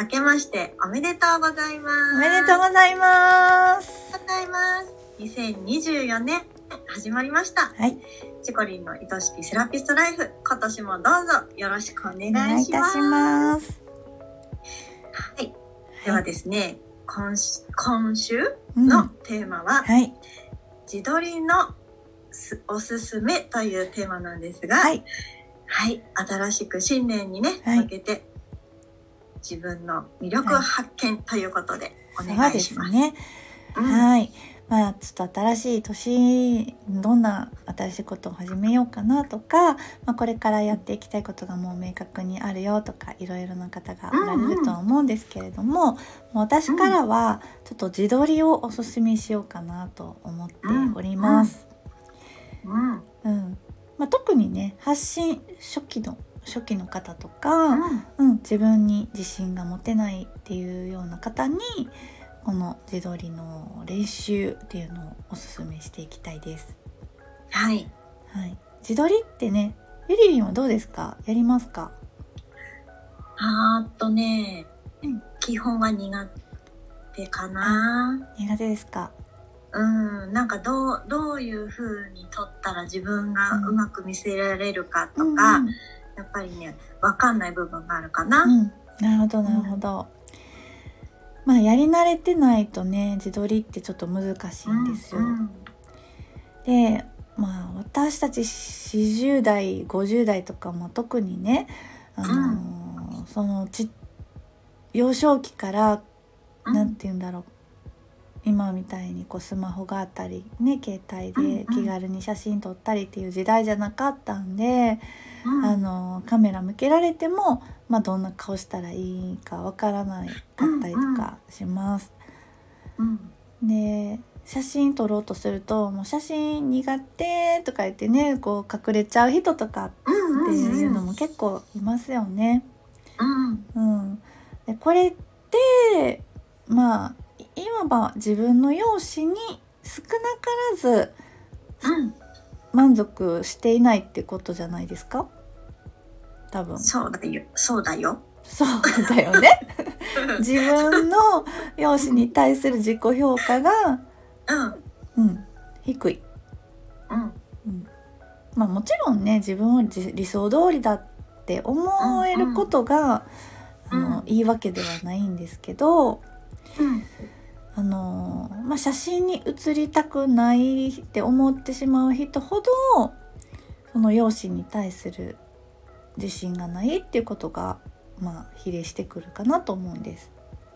明けましておめでとうございます。 おめでとうございます。 2024年始まりました。 はい。 チコリンの愛しきセラピストライフ、今年もどうぞよろしくお願いします。 お願いいたします。 はい。ではですね、今週のテーマは、 はい。 自撮りのおすすめというテーマなんですが、 はい。 はい。新しく新年にね、向けて自分の魅力を発見ということでお願いします。 そうですね。はい。まあちょっと新しい年、どんな新しいことを始めようかなとか、これからやっていきたいことがもう明確にあるよとか、いろいろな方がおられるとは思うんですけれども、もう私からはちょっと自撮りをおすすめしようかなと思っております。特にね、発信初期の方とか、自分に自信が持てないっていうような方にこの自撮りの練習っていうのをおすすめしていきたいです。 はい、 はい、自撮りってね、ゆりりんはどうですか？やりますか？ 基本は苦手かな。 苦手ですか？ なんかどういう風に撮ったら自分がうまく見せられるかとか、やっぱりね、分かんない部分があるかな。 なるほどなるほど。やり慣れてないとね、自撮りってちょっと難しいんですよ。で、私たち40代50代とかも特にね、その幼少期からなんて言うんだろう、今みたいにスマホがあったりね、携帯で気軽に写真撮ったりっていう時代じゃなかったんで、カメラ向けられても、どんな顔したらいいかわからないかったりとかします。で、写真撮ろうとすると、もう写真苦手とか言ってね、隠れちゃう人とかっていうのも結構いますよね。で、これっていわば自分の容姿に少なからず、満足していないってことじゃないですか？多分。 そうだよ。そうだよね。自分の容姿に対する自己評価が、低い。もちろんね、自分を理想通りだって思えることが、いいわけではないんですけど、写真に写りたくないって思ってしまう人ほど、その容姿に対する自信がないっていうことが比例してくるかなと思うんです。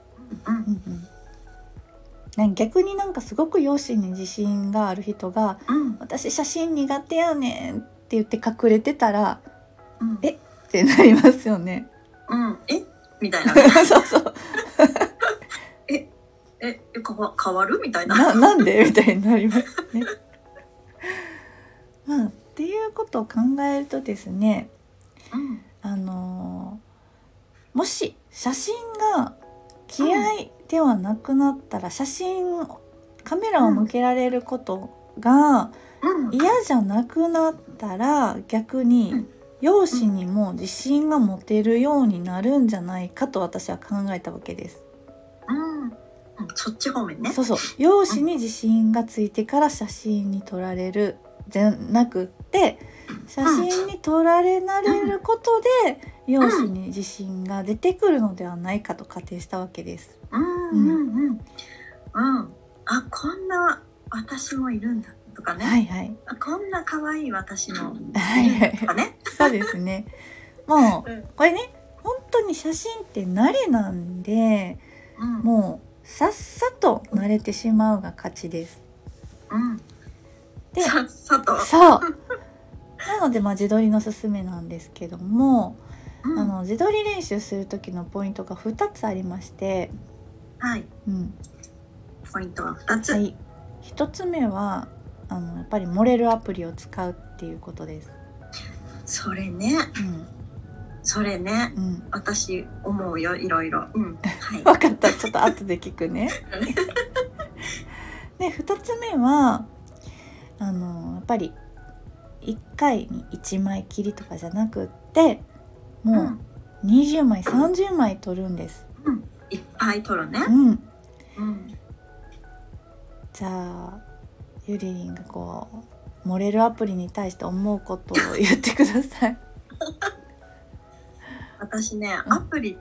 逆にすごく容姿に自信がある人が、私写真苦手やねんって言って隠れてたら、えってなりますよね。 みたいな。 そう変わるみたいな。 なんでみたいになりますね。っていうことを考えるとですね、もし写真が嫌いではなくなったら、カメラを向けられることが嫌じゃなくなったら、逆に容姿にも自信が持てるようになるんじゃないかと私は考えたわけです。 そっち方面ね。 そう、容姿に自信がついてから写真に撮られるじゃなくって、写真に撮られ慣れることで容姿に自信が出てくるのではないかと仮定したわけです。 こんな私もいるんだとかね。こんな可愛い私もいるとかね。 そうですね。もうこれね、本当に写真って慣れなんで、もうさっさと慣れてしまうが勝ちです。で、 さっさと。 そう。なので自撮りのすすめなんですけども、自撮り練習する時のポイントが2つありまして、 ポイントは2つ。 1つ目はやっぱりモレルアプリを使うっていうことです。 それね。私思うよ、いろいろ。分かった、ちょっと後で聞くね。で、2つ目はやっぱり1回に1枚きりとかじゃなくって、もう20枚30枚撮るんです。 いっぱい撮るね。 じゃあゆりりんがこう盛れるアプリに対して思うことを言ってください。 私ね、アプリって、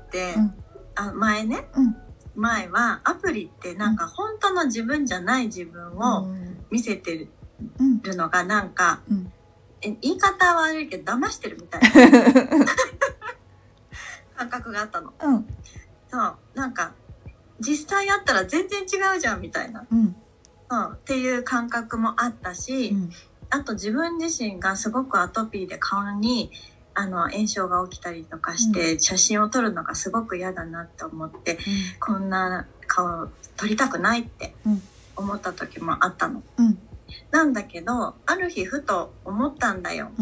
前はアプリってなんか本当の自分じゃない自分を見せてるのがなんか、言い方は悪いけど騙してるみたいな感覚があったの。そうなんか実際会ったら全然違うじゃんみたいな、そうっていう感覚もあったし、あと自分自身がすごくアトピーで顔に炎症が起きたりとかして、写真を撮るのがすごく嫌だなって思って、こんな顔撮りたくないって思った時もあったの。なんだけどある日ふと思ったんだよ。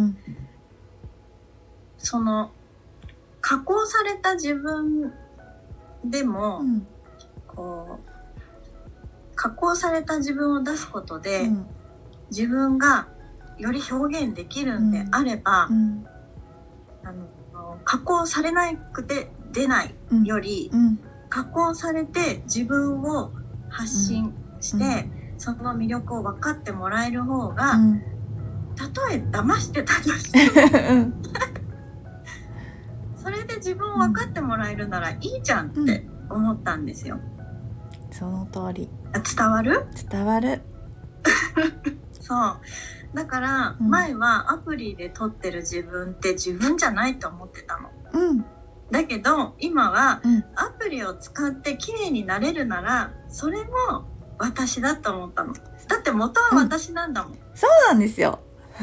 その加工された自分でも、こう加工された自分を出すことで、自分がより表現できるんであれば、加工されなくて出ないより、加工されて自分を発信して、その魅力を分かってもらえる方が、たとえ騙してたとしてもそれで自分を分かってもらえるならいいじゃんって思ったんですよ。 その通り。 伝わる？ 伝わる。 そうだから前はアプリで撮ってる自分って自分じゃないと思ってたの。だけど今はアプリを使って綺麗になれるならそれも私だと思ったの。だって元は私なんだもん。 そうなんですよ。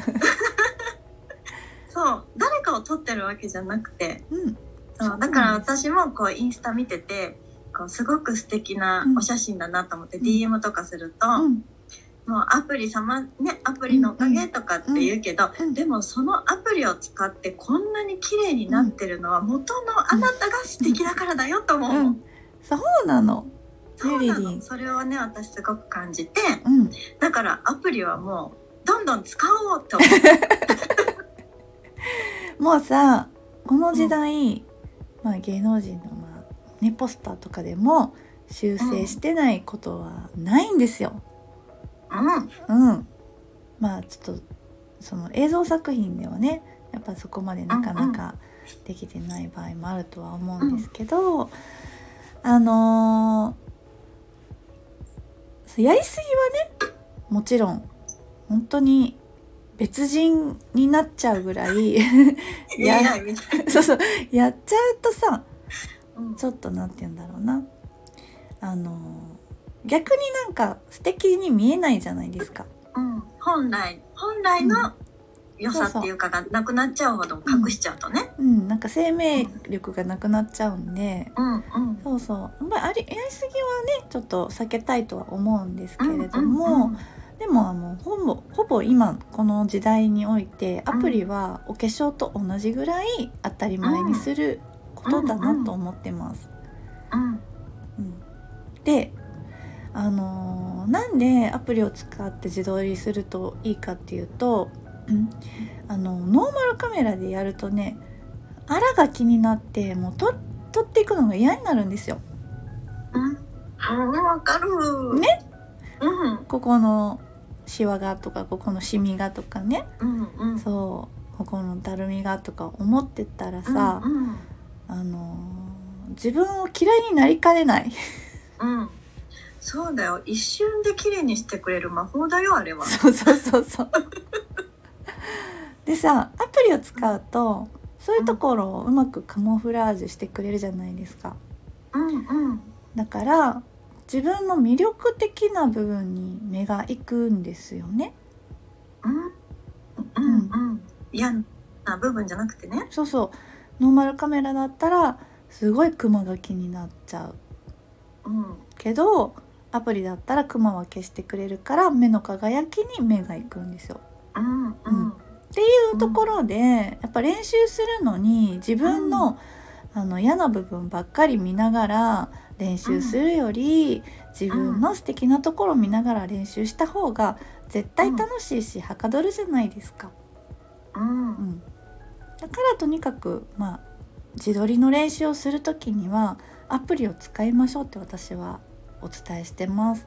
そう誰かを撮ってるわけじゃなくて、そうだから私もこうインスタ見ててこうすごく素敵なお写真だなと思って DM とかすると、もうアプリ様ね、アプリのおかげとかって言うけど、でもそのアプリを使ってこんなに綺麗になってるのは元のあなたが素敵だからだよと思うの。 そうなの。 そうなの。それをね私すごく感じて、だからアプリはもうどんどん使おうと思ってもうさこの時代、芸能人のポスターとかでも修正してないことはないんですよ。ちょっとその映像作品ではねやっぱそこまでなかなかできてない場合もあるとは思うんですけど、やりすぎはねもちろん本当に別人になっちゃうぐらいそうそうやっちゃうとさ、ちょっとなんて言うんだろうな、逆になんか素敵に見えないじゃないですか。 本来の良さっていうかがなくなっちゃうほど隠しちゃうとね、 なんか生命力がなくなっちゃうんで、そうそうやりすぎはねちょっと避けたいとは思うんですけれども、でもほぼ今この時代においてアプリはお化粧と同じぐらい当たり前にすることだなと思ってます。でなんでアプリを使って自撮りするといいかっていうと、ノーマルカメラでやるとねあらが気になってもう撮っていくのが嫌になるんですよ。 わかるね、ここのシワがとかここのシミがとかね、そうここのたるみがとか思ってたらさ、自分を嫌いになりかねないそうだよ、一瞬で綺麗にしてくれる魔法だよあれは。 そうでさアプリを使うとそういうところをうまくカモフラージュしてくれるじゃないですか。だから自分の魅力的な部分に目がいくんですよね。 嫌な部分じゃなくてね。 そうノーマルカメラだったらすごいクマが気になっちゃう、けどアプリだったらクマは消してくれるから目の輝きに目がいくんですよ。っていうところでやっぱ練習するのに自分の、嫌な部分ばっかり見ながら練習するより、自分の素敵なところを見ながら練習した方が絶対楽しいし、はかどるじゃないですか。だからとにかく自撮りの練習をするときにはアプリを使いましょうって私はお伝えしてます。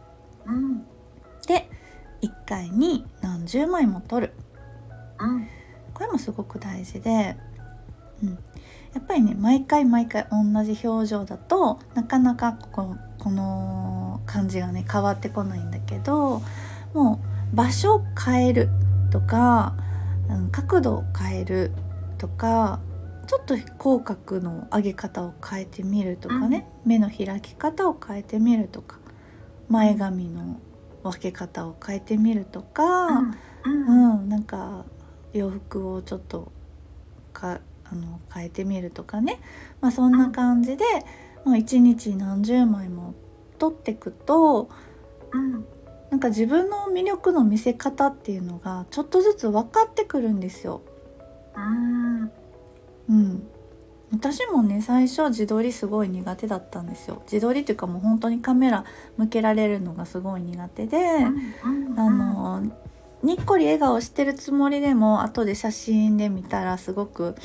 で1回に何十枚も撮る、これもすごく大事で、やっぱりね毎回毎回同じ表情だとなかなかこの感じがね変わってこないんだけど、もう場所を変えるとか角度を変えるとか、ちょっと口角の上げ方を変えてみるとかね、目の開き方を変えてみるとか、前髪の分け方を変えてみるとか、なんか洋服をちょっと変えてみるとかね、そんな感じで、1日何十枚も撮っていくと、なんか自分の魅力の見せ方っていうのがちょっとずつ分かってくるんですよ。私もね最初自撮りすごい苦手だったんですよ。自撮りっていうかもう本当にカメラ向けられるのがすごい苦手で、にっこり笑顔してるつもりでも後で写真で見たらすごく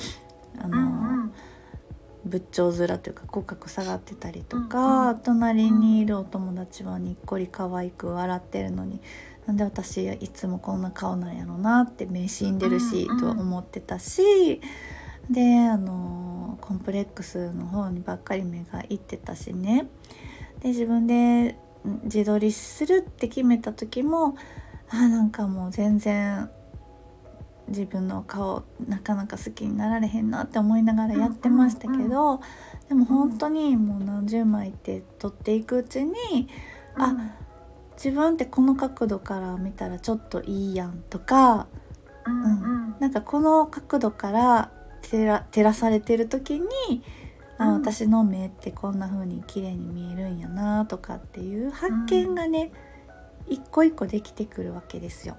仏頂面というか口角下がってたりとか、隣にいるお友達はにっこり可愛く笑ってるのに、なんで私いつもこんな顔なんやろなって目死んでるしと思ってたし、でコンプレックスの方にばっかり目がいってたしね。で自分で自撮りするって決めた時もなんかもう全然自分の顔なかなか好きになられへんなって思いながらやってましたけど、でも本当にもう何十枚って撮っていくうちに、自分ってこの角度から見たらちょっといいやんとか、なんかこの角度から照らされてる時に私の目ってこんな風に綺麗に見えるんやなとかっていう発見がね、一個一個できてくるわけですよ。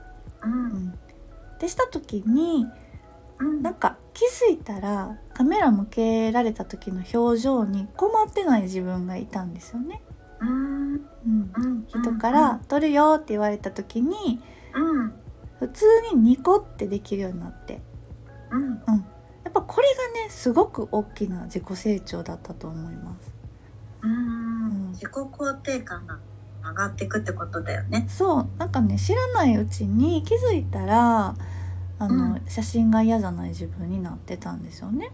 でした時になんか気づいたらカメラ向けられた時の表情に困ってない自分がいたんですよね。人から撮るよって言われた時に普通にニコってできるようになって、やっぱこれがねすごく大きな自己成長だったと思います。 自己肯定感が上がっていくってことだよね。 そう、なんかね知らないうちに気づいたら写真が嫌じゃない自分になってたんですよね。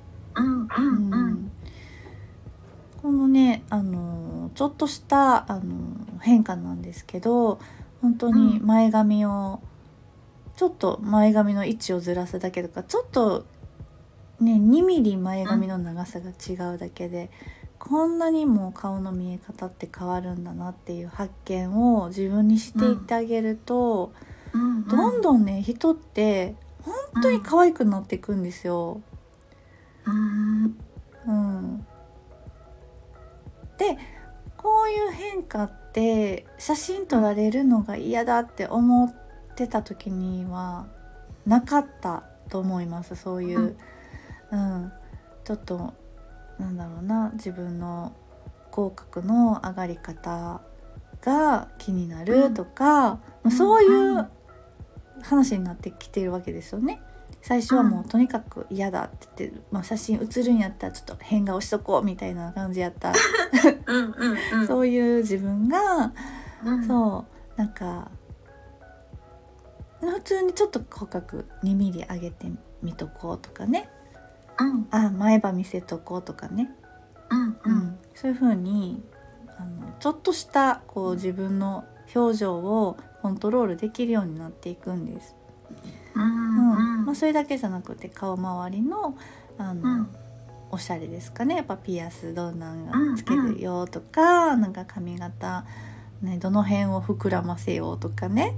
このねちょっとした変化なんですけど、本当に前髪をちょっと前髪の位置をずらすだけとか、ちょっとね2ミリ前髪の長さが違うだけで、こんなにも顔の見え方って変わるんだなっていう発見を自分にしていってあげると、どんどんね人って本当に可愛くなっていくんですよ。でこういう変化って写真撮られるのが嫌だって思ってた時にはなかったと思います。そういう、ちょっとなんだろうな、自分の口角の上がり方が気になるとか、そういう話になってきてるわけですよね。最初はもうとにかく嫌だって言って、写真写るんやったらちょっと変顔しとこうみたいな感じやったそういう自分が、そうなんか普通にちょっと口角2ミリ上げてみとこうとかね、前歯見せとこうとかね、そういう風にちょっとしたこう自分の表情をコントロールできるようになっていくんです。それだけじゃなくて顔周りのおしゃれですかね、やっぱピアスどんなんがつけるよとか、なんか髪型、ね、どの辺を膨らませようとかね、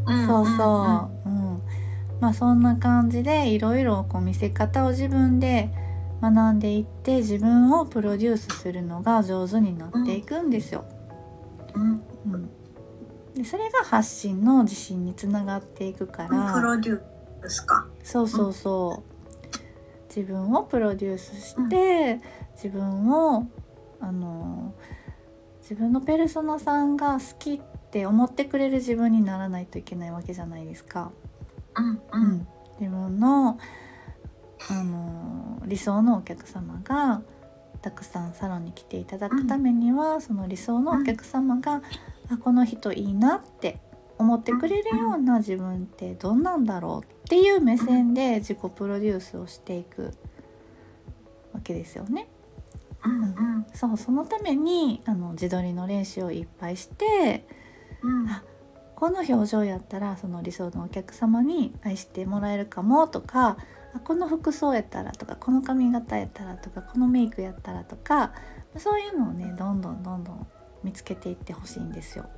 そんな感じでいろいろこう見せ方を自分で学んでいって自分をプロデュースするのが上手になっていくんですよ。でそれが発信の自信につながっていくから、 プロデュースか。 自分をプロデュースして、自分を自分のペルソナさんが好きって思ってくれる自分にならないといけないわけじゃないですか。自分の理想のお客様がたくさんサロンに来ていただくためには、その理想のお客様が、この人いいなって思ってくれるような自分ってどんなんだろうっていう目線で自己プロデュースをしていくわけですよね。そのために自撮りの練習をいっぱいして、この表情やったらその理想のお客様に愛してもらえるかもとか、この服装やったらとか、この髪型やったらとか、このメイクやったらとか、そういうのをねどんどん見つけていってほしいんですよ。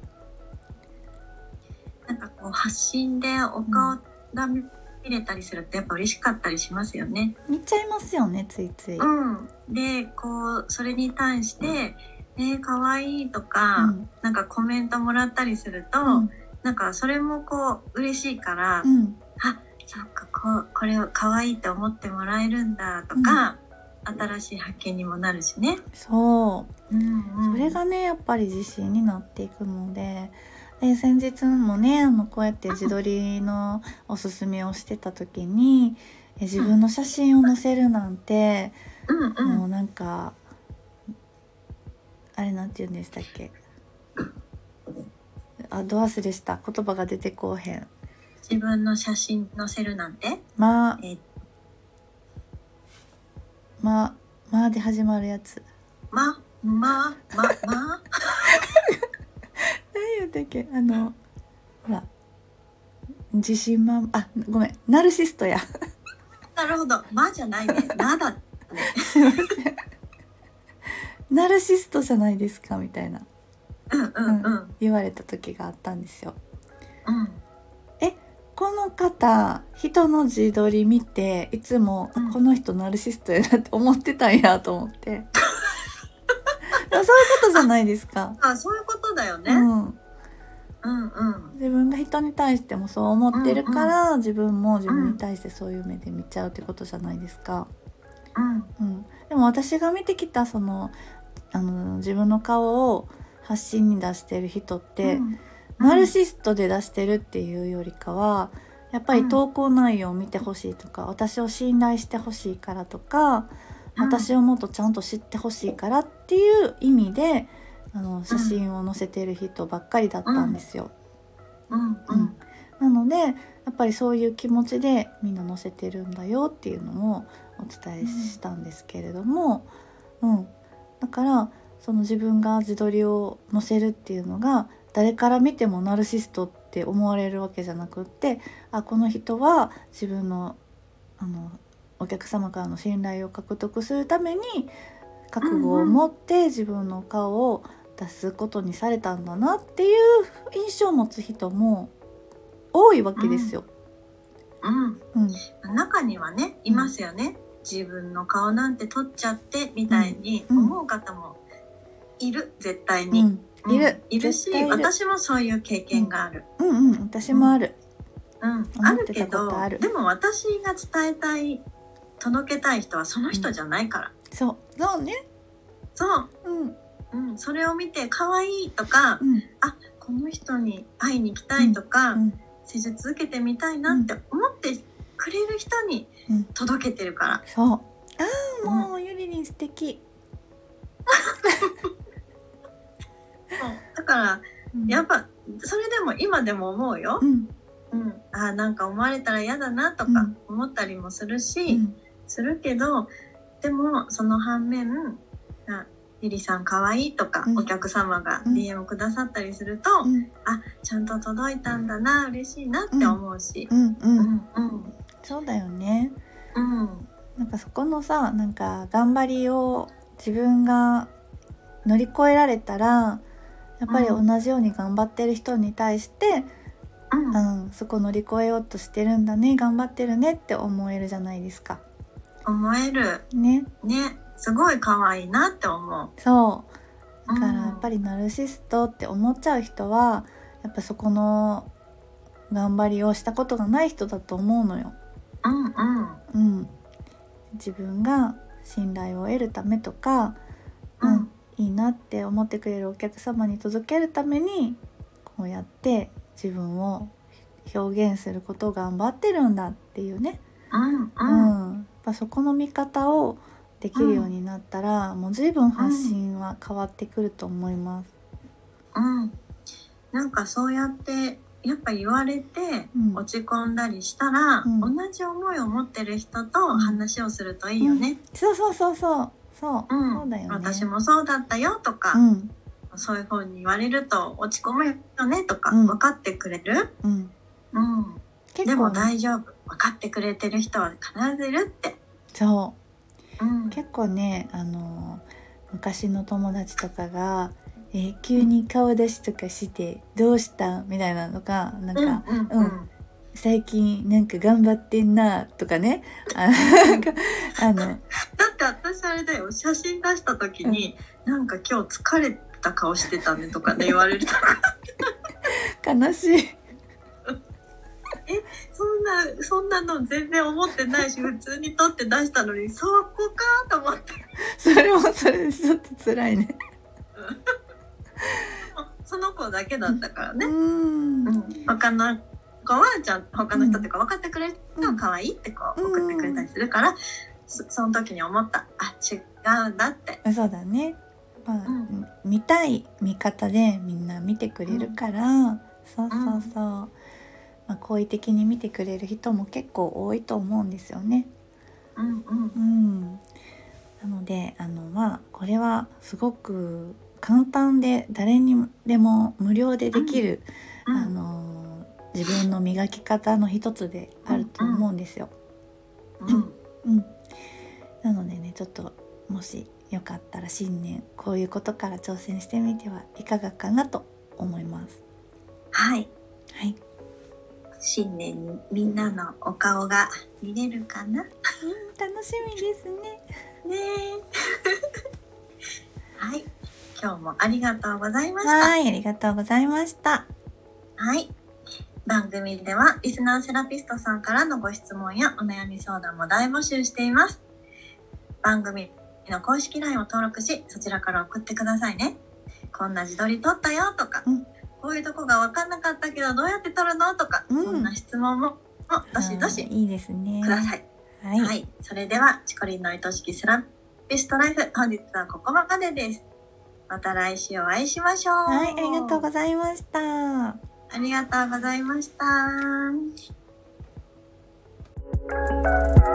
なんかこう発信でお顔が見れたりするってやっぱ嬉しかったりしますよね。 見ちゃいますよね、ついつい。 でこうそれに対して可愛いとか、なんかコメントもらったりすると、なんかそれもこう嬉しいから、そっか、これを可愛いって思ってもらえるんだとか、新しい発見にもなるしね。 それがねやっぱり自信になっていくので、先日もねこうやって自撮りのおすすめをしてた時に、自分の写真を載せるなんて、もうなんかあれなんて言うんでしたっけ、ど忘れした、言葉が出てこうへん。 自分の写真載せるなんて、 まで始まるやつ。何言ったっけ、ほら自信満々、ごめん、ナルシストや。 なるほど、じゃないね、だね。 すいません。ナルシストじゃないですかみたいな、言われた時があったんですよ。この方、人の自撮り見ていつも、この人ナルシストやなって思ってたんやと思って。そういうことじゃないですか。 そういうことだよね。 自分が人に対してもそう思ってるから、自分も自分に対してそういう目で見ちゃうってことじゃないですか。でも私が見てきたその自分の顔を発信に出してる人って、ナルシストで出してるっていうよりかは、やっぱり投稿内容を見てほしいとか、私を信頼してほしいからとか、私をもっとちゃんと知ってほしいからっていう意味で写真を載せてる人ばっかりだったんですよ。なのでやっぱりそういう気持ちでみんな載せてるんだよっていうのをお伝えしたんですけれども、だからその自分が自撮りを載せるっていうのが誰から見てもナルシストって思われるわけじゃなくって、この人は自分のお客様からの信頼を獲得するために覚悟を持って自分の顔を出すことにされたんだなっていう印象を持つ人も多いわけですよ。 中にはねいますよね、自分の顔なんて撮っちゃってみたいに思う方もいる、絶対に、いるし、私もそういう経験がある。 私もある。 あるけど、でも私が伝えたい、届けたい人はその人じゃないから。 そうね。 それを見て可愛いとか、この人に会いに行きたいとか、施術受けてみたいなって思ってくれる人に届けてるから。 もうゆりりん素敵。 だからやっぱそれでも今でも思うよ。なんか思われたら嫌だなとか思ったりもするし、するけど、でもその反面ゆりさんかわいいとか、お客様が DM くださったりすると、ちゃんと届いたんだな、嬉しいなって思うし、 そうだよね。なんかそこのさ、なんか頑張りを自分が乗り越えられたら、やっぱり同じように頑張ってる人に対して、そこ乗り越えようとしてるんだね、頑張ってるねって思えるじゃないですか。 思えるね、 すごい可愛いなって思う。 そうだからやっぱりナルシストって思っちゃう人はやっぱそこの頑張りをしたことがない人だと思うのよ。自分が信頼を得るためとか、いいなって思ってくれるお客様に届けるためにこうやって自分を表現することを頑張ってるんだっていうね、そこの見方をできるようになったら、もう随分発信は変わってくると思います。 なんかそうやってやっぱ言われて落ち込んだりしたら、同じ思いを持ってる人と話をするといいよね。 そうそうだよね。 私もそうだったよとか、そういう風に言われると落ち込むよねとか、分かってくれる、でも大丈夫、分かってくれてる人は必ずいるって。 そう、結構ね昔の友達とかが急に顔出しとかしてどうしたみたいなのがなんか、最近なんか頑張ってんなとかねだって私あれだよ、写真出した時に、なんか今日疲れた顔してたねとかね言われると悲しいそんなの全然思ってないし普通に撮って出したのにそこかと思ってそれもそれでちょっと辛いねその子だけだったからね。他の子は他の人っていうか分かってくれる人は可愛いってこう送ってくれたりするから、その時に思った、違うんだって。 そうだね、見たい見方でみんな見てくれるから、好意的に見てくれる人も結構多いと思うんですよね。なのでこれはすごく簡単で誰にでも無料でできる、自分の磨き方の一つであると思うんですよ。なのでね、ちょっともしよかったら新年こういうことから挑戦してみてはいかがかなと思います。 はい、新年にみんなのお顔が見れるかな、 楽しみですね。 はい、今日もありがとうございました。 ありがとうございました。 番組ではリスナーセラピストさんからのご質問やお悩み相談も大募集しています。番組の公式 LINE を登録し、そちらから送ってくださいね。こんな自撮り撮ったよとか、こういうとこが分かんなかったけどどうやって撮るのとか、そんな質問もどしどしいいですねください。それではチコリンの愛しきセラピストライフ、本日はここまでです。また来週お会いしましょう。 ありがとうございました。 ありがとうございました。